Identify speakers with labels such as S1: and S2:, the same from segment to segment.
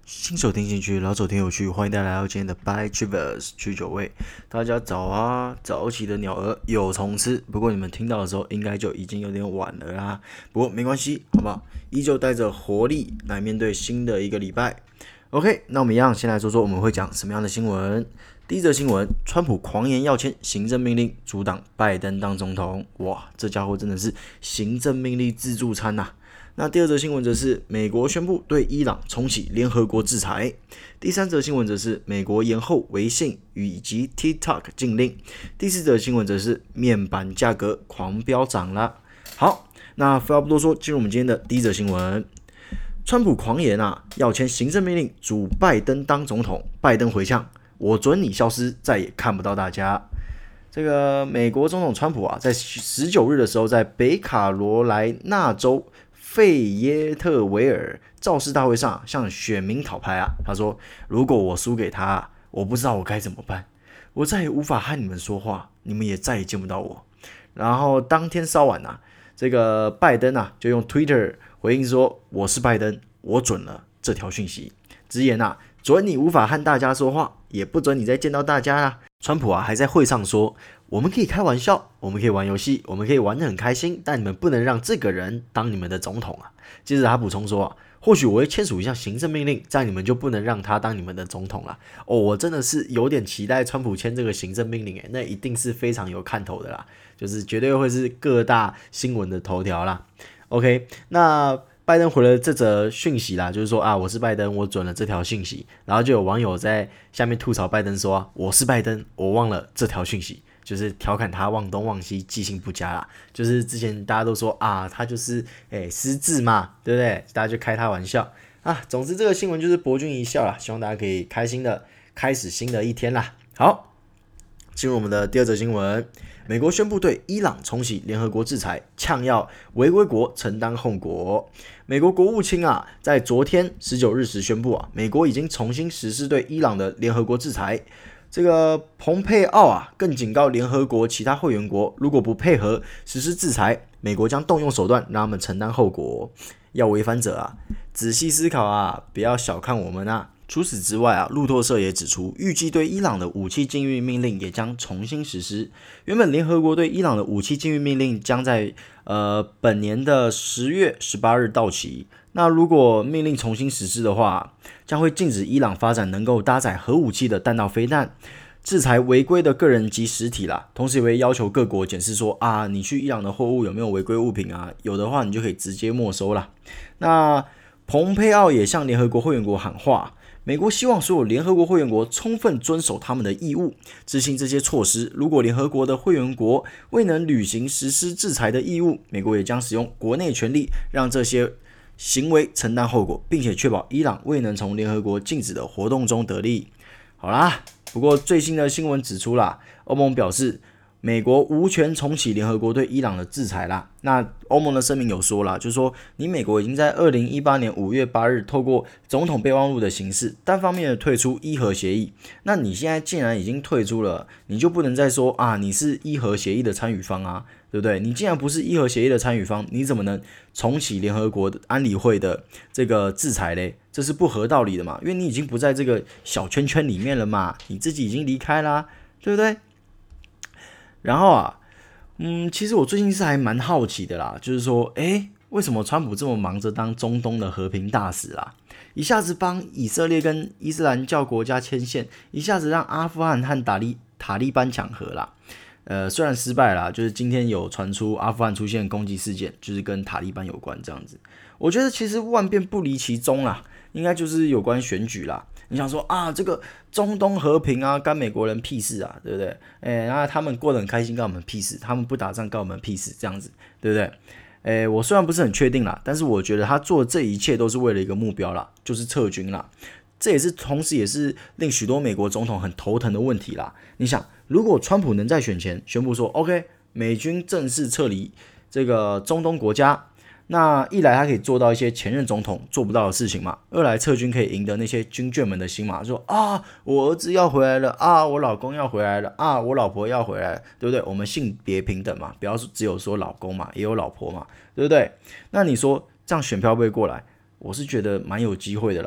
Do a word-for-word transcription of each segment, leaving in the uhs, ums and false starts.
S1: 新手听进去，老手听有趣，欢迎大家来到今天的 By Travers 去酒味。大家早啊，早起的鸟儿有虫吃。不过你们听到的时候，应该就已经有点晚了啦。不过没关系，好不好？依旧带着活力来面对新的一个礼拜。OK， 那我们一样先来说说我们会讲什么样的新闻。第一则新闻，川普狂言要签行政命令阻挡拜登当总统。哇，这家伙真的是行政命令自助餐呐、啊！那第二则新闻则是美国宣布对伊朗重启联合国制裁。第三则新闻则是美国延后微信以及 TikTok 禁令。第四则新闻则是面板价格狂飙涨了。好，那废话不多说，进入我们今天的第一则新闻。川普狂言啊，要签行政命令阻拜登当总统。拜登回呛：我准你消失，再也看不到大家。这个美国总统川普啊，在十九日的时候，在北卡罗来纳州费耶特维尔造势大会上向选民讨拍啊，他说：如果我输给他，我不知道我该怎么办，我再也无法和你们说话，你们也再也见不到我。然后当天稍晚啊，这个拜登啊就用 Twitter 回应说：我是拜登，我准了这条讯息，直言啊，准你无法和大家说话，也不准你再见到大家啦。川普啊还在会上说：我们可以开玩笑，我们可以玩游戏，我们可以玩得很开心，但你们不能让这个人当你们的总统啊。接着他补充说啊，或许我会签署一项行政命令，这样你们就不能让他当你们的总统了。哦，我真的是有点期待川普签这个行政命令，诶，那一定是非常有看头的啦，就是绝对会是各大新闻的头条啦。OK， 那拜登回了这则讯息啦，就是说啊，我是拜登，我准了这条讯息。然后就有网友在下面吐槽拜登说、啊、我是拜登，我忘了这条讯息，就是调侃他忘东忘西，记性不佳啦。就是之前大家都说啊，他就是诶失智嘛，对不对？大家就开他玩笑啊。总之这个新闻就是博君一笑啦，希望大家可以开心的开始新的一天啦。好，进入我们的第二则新闻。美国宣布对伊朗重启联合国制裁，呛要违规国承担后果。美国国务卿啊，在昨天十九日时宣布啊，美国已经重新实施对伊朗的联合国制裁。这个蓬佩奥啊，更警告联合国其他会员国，如果不配合实施制裁，美国将动用手段让他们承担后果。要违反者啊，仔细思考啊，不要小看我们啊。除此之外啊，路透社也指出，预计对伊朗的武器禁运命令也将重新实施。原本联合国对伊朗的武器禁运命令将在呃本年的十月十八日到期。那如果命令重新实施的话，将会禁止伊朗发展能够搭载核武器的弹道飞弹，制裁违规的个人及实体啦。同时也会要求各国检视说啊，你去伊朗的货物有没有违规物品啊？有的话，你就可以直接没收啦。那蓬佩奥也向联合国会员国喊话。美国希望所有联合国会员国充分遵守他们的义务，执行这些措施。如果联合国的会员国未能履行实施制裁的义务，美国也将使用国内权力让这些行为承担后果，并且确保伊朗未能从联合国禁止的活动中得利。好啦，不过最新的新闻指出啦，欧盟表示美国无权重启联合国对伊朗的制裁啦。那欧盟的声明有说啦，就是说你美国已经在二零一八年五月八日透过总统备忘录的形式单方面的退出伊核协议。那你现在既然已经退出了，你就不能再说啊你是伊核协议的参与方啊，对不对？你既然不是伊核协议的参与方，你怎么能重启联合国安理会的这个制裁嘞？这是不合道理的嘛，因为你已经不在这个小圈圈里面了嘛，你自己已经离开啦，对不对？然后啊，嗯，其实我最近是还蛮好奇的啦，就是说，诶，为什么川普这么忙着当中东的和平大使啦？一下子帮以色列跟伊斯兰教国家牵线，一下子让阿富汗和塔利塔利班讲和啦。呃，虽然失败啦，就是今天有传出阿富汗出现攻击事件，就是跟塔利班有关这样子。我觉得其实万变不离其宗啦，应该就是有关选举啦。你想说啊，这个中东和平啊，干美国人屁事啊，对不对？哎，那他们过得很开心，干我们屁事？他们不打仗，干我们屁事？这样子，对不对？哎，我虽然不是很确定啦，但是我觉得他做这一切都是为了一个目标啦，就是撤军啦。这也是同时也是令许多美国总统很头疼的问题啦。你想，如果川普能在选前宣布说 ，OK， 美军正式撤离这个中东国家。那一来他可以做到一些前任总统做不到的事情嘛，二来撤军可以赢得那些军眷们的心嘛，说啊我儿子要回来了啊，我老公要回来了啊，我老婆要回来了，对不对？我们性别平等嘛，不要只有说老公嘛，也有老婆嘛，对不对？那你说这样选票会不会过来？我是觉得蛮有机会的啦。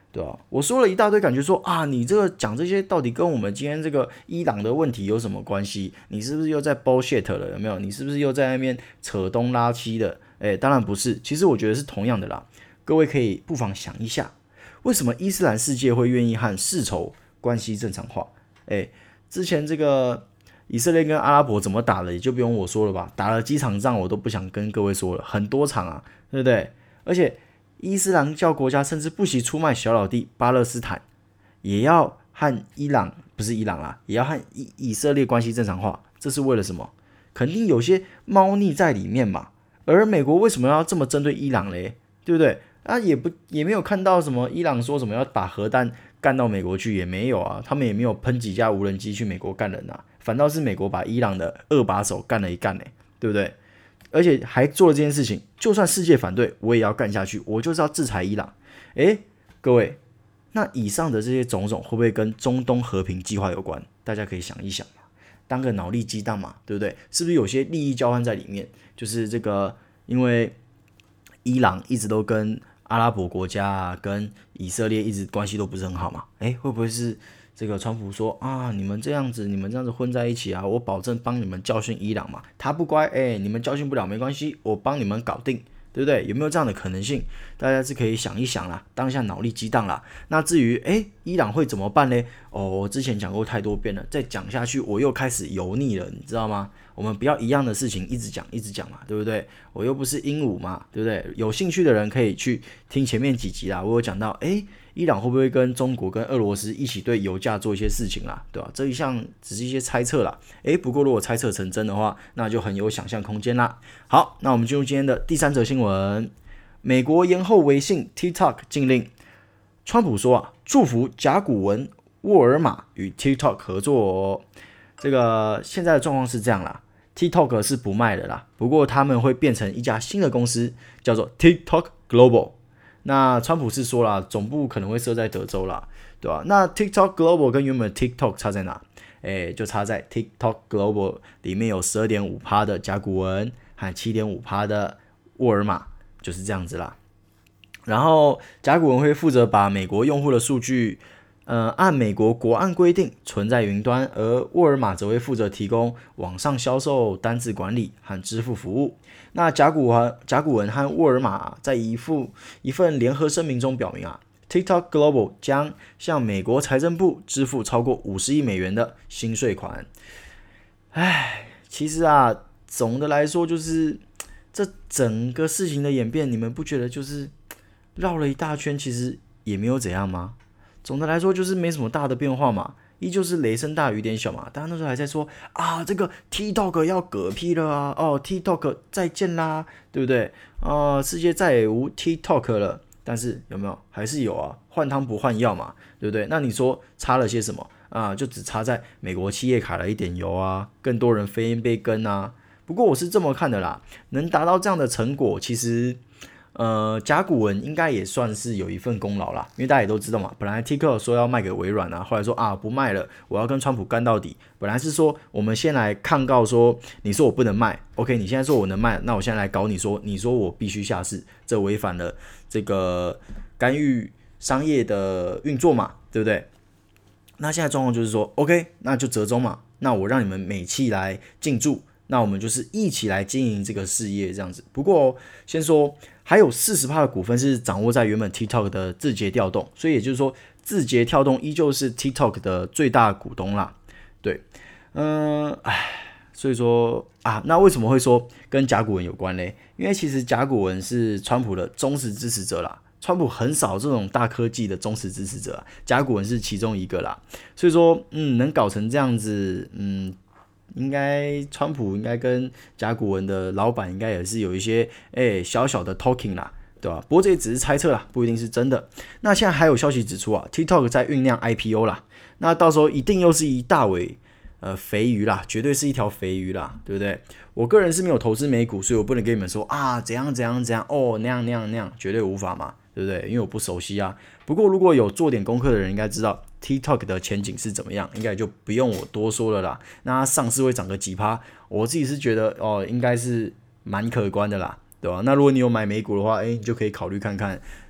S1: 对吧？我说了一大堆，感觉说啊，你这个讲这些到底跟我们今天这个伊朗的问题有什么关系？你是不是又在 bullshit 了？有没有？你是不是又在那边扯东拉西的？哎，当然不是，其实我觉得是同样的啦。各位可以不妨想一下，为什么伊斯兰世界会愿意和世仇关系正常化？哎，之前这个以色列跟阿拉伯怎么打的，也就不用我说了吧？打了几场仗，我都不想跟各位说了，很多场啊，对不对？而且伊斯兰教国家甚至不惜出卖小老弟巴勒斯坦，也要和伊朗不是伊朗啦，也要和 以, 以色列关系正常化，这是为了什么？肯定有些猫腻在里面嘛。而美国为什么要这么针对伊朗嘞？对不对？啊，也不也没有看到什么伊朗说什么要把核弹干到美国去，也没有啊，他们也没有喷几架无人机去美国干人啊，反倒是美国把伊朗的二把手干了一干嘞，对不对？而且还做了这件事情，就算世界反对，我也要干下去，我就是要制裁伊朗。诶，各位，那以上的这些种种会不会跟中东和平计划有关？大家可以想一想嘛，当个脑力激荡嘛，对不对？是不是有些利益交换在里面？就是这个，因为伊朗一直都跟阿拉伯国家啊，跟以色列一直关系都不是很好嘛，诶，会不会是这个川普说啊，你们这样子，你们这样子混在一起啊，我保证帮你们教训伊朗嘛。他不乖，哎，你们教训不了没关系，我帮你们搞定，对不对？有没有这样的可能性？大家是可以想一想啦，当下脑力激荡啦。那至于哎，伊朗会怎么办呢？哦，我之前讲过太多遍了，再讲下去我又开始油腻了，你知道吗？我们不要一样的事情一直讲一直讲嘛，对不对？我又不是鹦鹉嘛，对不对？有兴趣的人可以去听前面几集啦，我有讲到，哎。伊朗会不会跟中国跟俄罗斯一起对油价做一些事情啦，对吧？这一项只是一些猜测啦，诶，不过如果猜测成真的话，那就很有想象空间啦。好，那我们进入今天的第三则新闻：美国延后微信 TikTok 禁令，川普说啊，祝福甲骨文、沃尔玛与 TikTok 合作哦。这个现在的状况是这样啦 ，TikTok 是不卖的啦，不过他们会变成一家新的公司，叫做 TikTok Global。那川普是说啦，总部可能会设在德州啦，对吧？那 TikTok Global 跟原本的 TikTok 差在哪？哎，就差在 TikTok Global 里面有 百分之十二点五 的甲骨文和 百分之七点五 的沃尔玛，就是这样子啦。然后甲骨文会负责把美国用户的数据，呃，按美国国安规定存在云端，而沃尔玛则会负责提供网上销售、单字管理和支付服务。那甲骨文、甲骨文和沃尔玛在一副一份联合声明中表明啊 ，TikTok Global 将向美国财政部支付超过五十亿美元的新税款。唉，其实啊，总的来说就是这整个事情的演变，你们不觉得就是绕了一大圈，其实也没有怎样吗？总的来说就是没什么大的变化嘛。依旧是雷声大雨点小嘛，大家那时候还在说啊，这个 TikTok 要嗝屁了啊，哦 TikTok 再见啦，对不对？啊，世界再也无 TikTok 了。但是有没有？还是有啊，换汤不换药嘛，对不对？那你说差了些什么啊？就只差在美国企业卡了一点油啊，更多人飞被跟啊。不过我是这么看的啦，能达到这样的成果，其实。呃，甲骨文应该也算是有一份功劳啦，因为大家也都知道嘛，本来 TikTok 说要卖给微软啊，后来说啊不卖了，我要跟川普干到底。本来是说我们先来抗告说，你说我不能卖 ，OK， 你现在说我能卖，那我现在来搞你说，你说我必须下市，这违反了这个干预商业的运作嘛，对不对？那现在状况就是说 ，OK， 那就折中嘛，那我让你们美企来进驻。那我们就是一起来经营这个事业这样子。不过、哦、先说，还有 百分之四十 的股份是掌握在原本 TikTok 的字节跳动，所以也就是说，字节跳动依旧是 TikTok 的最大股东啦。对，嗯、呃，唉，所以说啊，那为什么会说跟甲骨文有关呢？因为其实甲骨文是川普的忠实支持者啦。川普很少这种大科技的忠实支持者、啊，甲骨文是其中一个啦。所以说，嗯，能搞成这样子，嗯。应该川普应该跟甲骨文的老板应该也是有一些诶、欸、小小的 talking 啦，对吧？不过这也只是猜测啦，不一定是真的。那现在还有消息指出啊 ，TikTok 在酝酿 I P O 啦，那到时候一定又是一大尾呃肥鱼啦，绝对是一条肥鱼啦，对不对？我个人是没有投资美股，所以我不能跟你们说啊怎样怎样怎样哦那样那样那样，绝对无法嘛，对不对？因为我不熟悉啊。不过如果有做点功课的人应该知道 TikTok 的前景是怎么样，应该就不用我多说了啦。那它上市会涨个几趴，我自己是觉得哦，应该是蛮可观的啦，对吧？那如果你有买美股的话，哎，你就可以考虑看看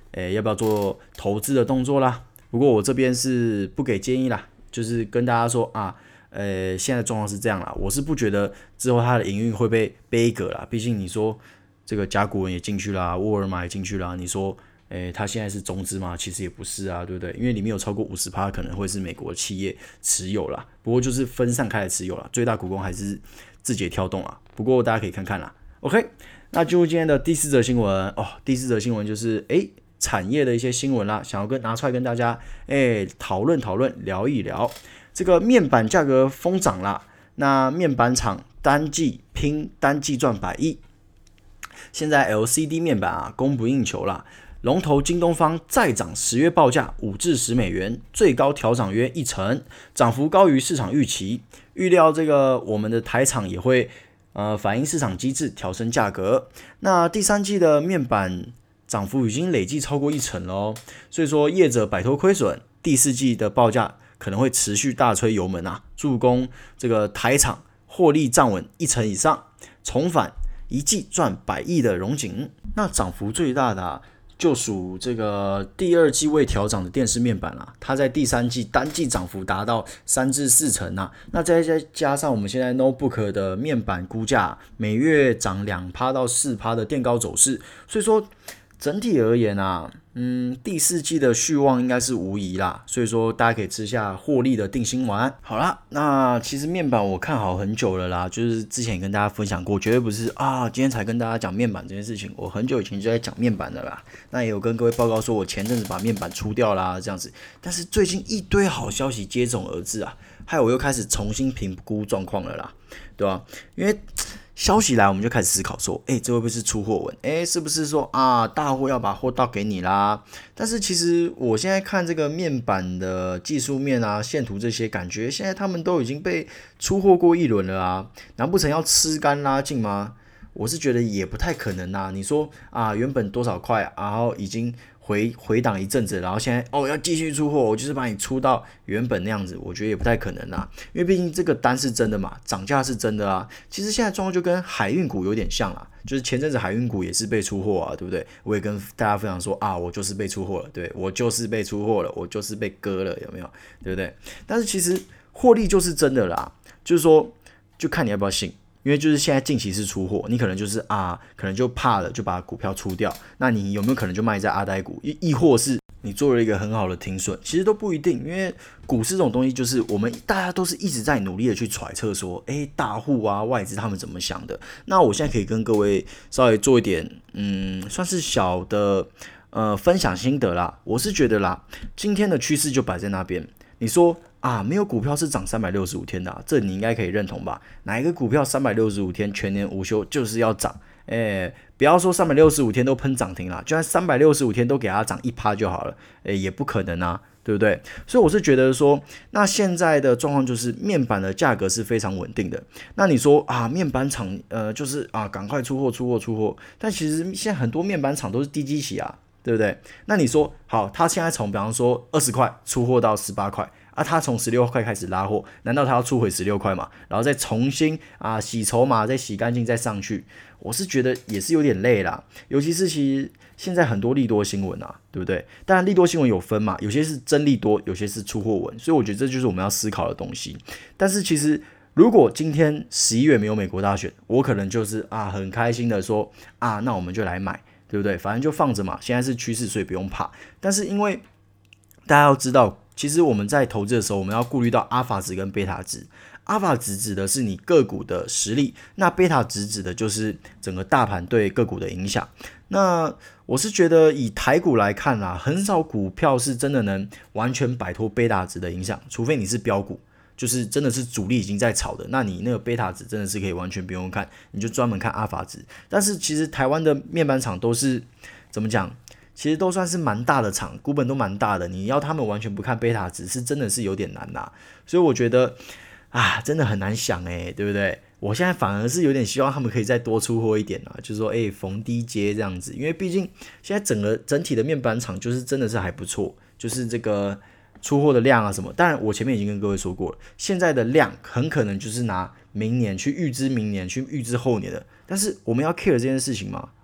S1: 诶要不要做投资的动作啦。不过我这边是不给建议啦，就是跟大家说啊，呃，现在状况是这样啦，我是不觉得之后它的营运会被背革啦，毕竟你说这个甲骨文也进去啦，沃尔玛也进去啦，你说，诶，它现在是中资吗？其实也不是啊，对不对？因为里面有超过 百分之五十 可能会是美国企业持有啦，不过就是分散开来持有啦，最大股东还是字节跳动啊。不过大家可以看看啦。OK， 那进入今天的第四则新闻哦，第四则新闻就是诶。产业的一些新闻啦，想要跟拿出来跟大家诶讨论讨论聊一聊。这个面板价格疯涨啦，那面板厂单季拼单季赚百亿。现在 L C D 面板啊供不应求啦，龙头京东方再涨十月报价五至十美元，最高调涨约一成，涨幅高于市场预期。预料这个我们的台厂也会呃反映市场机制调升价格。那第三季的面板涨幅已经累计超过一成了哦，所以说业者摆脱亏损，第四季的报价可能会持续大吹油门啊，助攻这个台厂获利站稳一成以上，重返一季赚百亿的荣景。那涨幅最大的啊，就属这个第二季未调涨的电视面板啦、啊，它在第三季单季涨幅达到三至四成啊。那再加上我们现在 notebook 的面板估价每月涨 百分之二 到 百分之四 的垫高走势，所以说。整体而言啊，嗯，第四季的续望应该是无疑啦，所以说大家可以吃下获利的定心丸。好啦，那其实面板我看好很久了啦，就是之前也跟大家分享过，绝对不是啊，今天才跟大家讲面板这件事情，我很久以前就在讲面板的啦。那也有跟各位报告说，我前阵子把面板出掉啦，这样子。但是最近一堆好消息接踵而至啊，害我又开始重新评估状况了啦，对吧、啊？因为消息来，我们就开始思考说，哎，这会不会是出货文？哎，是不是说啊，大货要把货倒给你啦？但是其实我现在看这个面板的技术面啊、线图这些，感觉现在他们都已经被出货过一轮了啊，难不成要吃干拉净吗？我是觉得也不太可能啊。你说啊，原本多少块，然后已经回回档一阵子，然后现在哦要继续出货，我就是把你出到原本那样子，我觉得也不太可能啊，因为毕竟这个单是真的嘛，涨价是真的啊。其实现在状况就跟海运股有点像啦，就是前阵子海运股也是被出货啊，对不对？我也跟大家分享说啊，我就是被出货了，对，我就是被出货了，我就是被割了，有没有？对不对？但是其实获利就是真的啦，就是说就看你要不要信。因为就是现在近期是出货，你可能就是啊，可能就怕了，就把股票出掉。那你有没有可能就卖在阿呆股？亦或是你做了一个很好的停损？其实都不一定，因为股市这种东西，就是我们大家都是一直在努力的去揣测说，哎，大户啊、外资他们怎么想的。那我现在可以跟各位稍微做一点，嗯，算是小的呃分享心得啦。我是觉得啦，今天的趋势就摆在那边。你说啊，没有股票是涨三百六十五天的、啊，这你应该可以认同吧？哪一个股票三百六十五天全年无休就是要涨？哎，不要说三百六十五天都喷涨停啦，就算三百六十五天都给它涨 百分之一 就好了，哎，也不可能啊，对不对？所以我是觉得说，那现在的状况就是面板的价格是非常稳定的。那你说啊，面板厂呃就是啊，赶快出货出货出货，但其实现在很多面板厂都是低基期啊。对不对？那你说好，他现在从比方说二十块出货到十八块啊，他从十六块开始拉货，难道他要出回十六块嘛？然后再重新啊洗筹码，再洗干净再上去？我是觉得也是有点累啦，尤其是其实现在很多利多新闻啊，对不对？当然利多新闻有分嘛，有些是真利多，有些是出货文，所以我觉得这就是我们要思考的东西。但是其实如果今天十一月没有美国大选，我可能就是啊很开心的说啊，那我们就来买。对不对？反正就放着嘛，现在是趋势，所以不用怕。但是因为大家要知道，其实我们在投资的时候，我们要顾虑到阿法值跟贝塔值。阿法值指的是你个股的实力，那贝塔值指的就是整个大盘对个股的影响。那我是觉得以台股来看啦，很少股票是真的能完全摆脱贝塔值的影响，除非你是标股。就是真的是主力已经在炒的，那你那个贝塔值真的是可以完全不用看，你就专门看阿法值。但是其实台湾的面板厂都是怎么讲？其实都算是蛮大的厂，股本都蛮大的，你要他们完全不看贝塔值，是真的是有点难啦。所以我觉得啊，真的很难想诶，对不对？我现在反而是有点希望他们可以再多出货一点啦，就是说诶逢低接这样子，因为毕竟现在整个整体的面板厂就是真的是还不错，就是这个。出货的量啊什么，当然我前面已经跟各位说过了，现在的量很可能就是拿明年去预支明年去预支后年的，但是我们要 care 这件事情吗？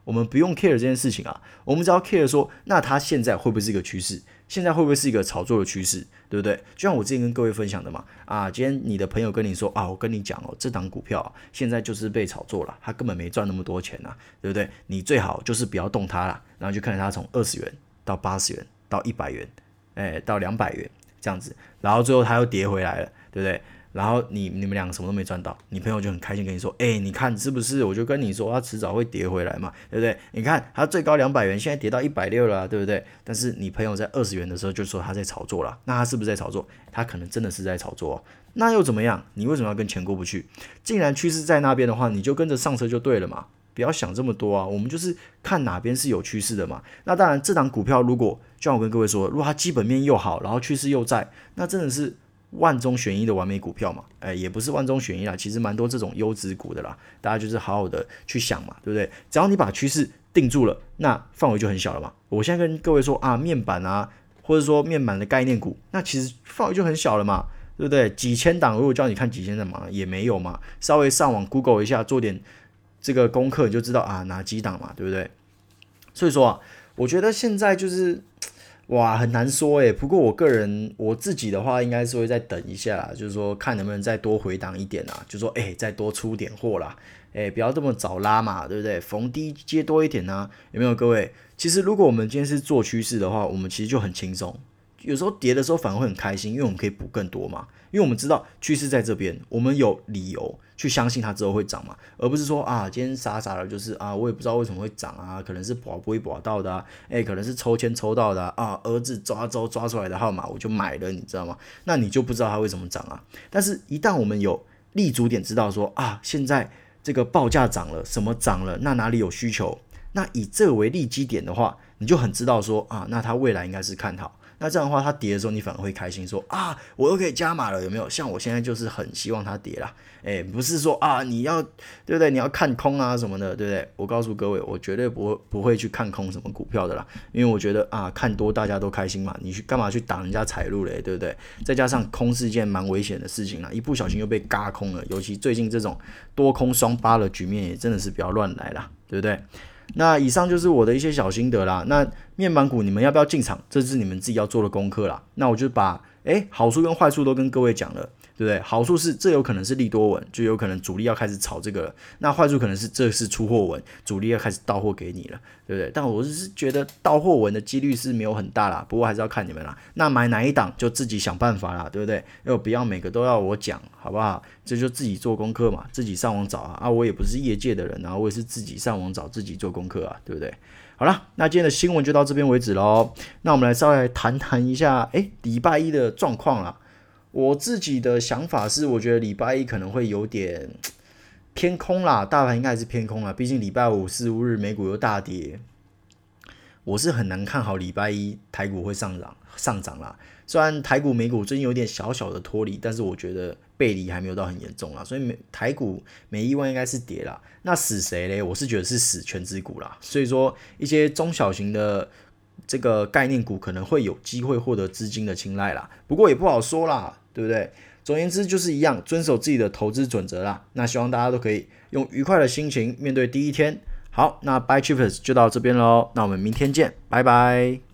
S1: 我们不用 care 这件事情啊，我们只要 care 说，那它现在会不会是一个趋势？现在会不会是一个炒作的趋势？对不对？就像我之前跟各位分享的嘛，啊，今天你的朋友跟你说啊，我跟你讲哦，这档股票、啊、现在就是被炒作了，他根本没赚那么多钱啊，对不对？你最好就是不要动它啦，然后就看着它从二十元到八十元到一百元，哎，到两百元这样子，然后最后它又跌回来了，对不对？然后你你们两个什么都没赚到，你朋友就很开心跟你说，哎、欸，你看是不是？我就跟你说，它迟早会跌回来嘛，对不对？你看它最高两百元，现在跌到一百六了、啊，对不对？但是你朋友在二十元的时候就说他在炒作了，那他是不是在炒作？他可能真的是在炒作、哦，那又怎么样？你为什么要跟钱过不去？既然趋势在那边的话，你就跟着上车就对了嘛。不要想这么多啊，我们就是看哪边是有趋势的嘛。那当然，这档股票如果就像我跟各位说，如果它基本面又好，然后趋势又在，那真的是万中选一的完美股票嘛？哎，也不是万中选一啦，其实蛮多这种优质股的啦。大家就是好好的去想嘛，对不对？只要你把趋势定住了，那范围就很小了嘛。我现在跟各位说啊，面板啊，或者说面板的概念股，那其实范围就很小了嘛，对不对？几千档，如果叫你看几千档嘛，也没有嘛。稍微上网 Google 一下，做点这个功课，你就知道啊哪几档嘛，对不对？所以说啊，我觉得现在就是。哇，很难说诶。不过我个人我自己的话，应该是会再等一下啦，就是说看能不能再多回档一点啊，就说诶、欸、再多出点货啦，诶、欸、不要这么早拉嘛，对不对？逢低接多一点啊，有没有各位？其实如果我们今天是做趋势的话，我们其实就很轻松。有时候跌的时候反而会很开心，因为我们可以补更多嘛，因为我们知道趋势在这边，我们有理由去相信它之后会涨嘛，而不是说啊今天傻傻的就是啊我也不知道为什么会涨啊，可能是保不会保到的啊，哎可能是抽签抽到的 啊, 啊儿子抓周抓出来的号码我就买了，你知道吗？那你就不知道它为什么涨啊。但是一旦我们有立足点知道说啊现在这个报价涨了，什么涨了，那哪里有需求，那以这个为立基点的话，你就很知道说啊那它未来应该是看好。那这样的话，它跌的时候，你反而会开心说啊，我又可以加码了，有没有？像我现在就是很希望它跌啦，哎，不是说啊，你要对不对？你要看空啊什么的，对不对？我告诉各位，我绝对不会不会去看空什么股票的啦，因为我觉得啊，看多大家都开心嘛，你去干嘛去挡人家财路嘞，对不对？再加上空是件蛮危险的事情啦，一不小心又被嘎空了，尤其最近这种多空双八的局面，也真的是不要乱来啦，对不对？那以上就是我的一些小心得啦。那面板股你们要不要进场？这是你们自己要做的功课啦。那我就把诶好处跟坏处都跟各位讲了，对不对？好处是这有可能是利多文，就有可能主力要开始炒这个了。那坏处可能是这是出货文，主力要开始到货给你了，对不对？但我是觉得到货文的几率是没有很大啦，不过还是要看你们啦。那买哪一档就自己想办法啦，对不对？因为不要每个都要我讲，好不好？这就自己做功课嘛，自己上网找啊。啊，我也不是业界的人啊，我也是自己上网找，自己做功课啊，对不对？好了，那今天的新闻就到这边为止咯。那我们来稍微谈谈一下，诶，礼拜一的状况啦。我自己的想法是，我觉得礼拜一可能会有点偏空啦，大盘应该还是偏空啦，毕竟礼拜五、四、五日美股又大跌，我是很难看好礼拜一台股会上涨上涨啦。虽然台股美股最近有点小小的脱离，但是我觉得背离还没有到很严重啦，所以台股没意外应该是跌啦。那死谁嘞？我是觉得是死全指股啦。所以说一些中小型的这个概念股可能会有机会获得资金的青睐啦，不过也不好说啦，对不对？总而言之就是一样，遵守自己的投资准则啦。那希望大家都可以用愉快的心情面对第一天。好，那 Bye Chiefs 就到这边咯，那我们明天见，拜拜。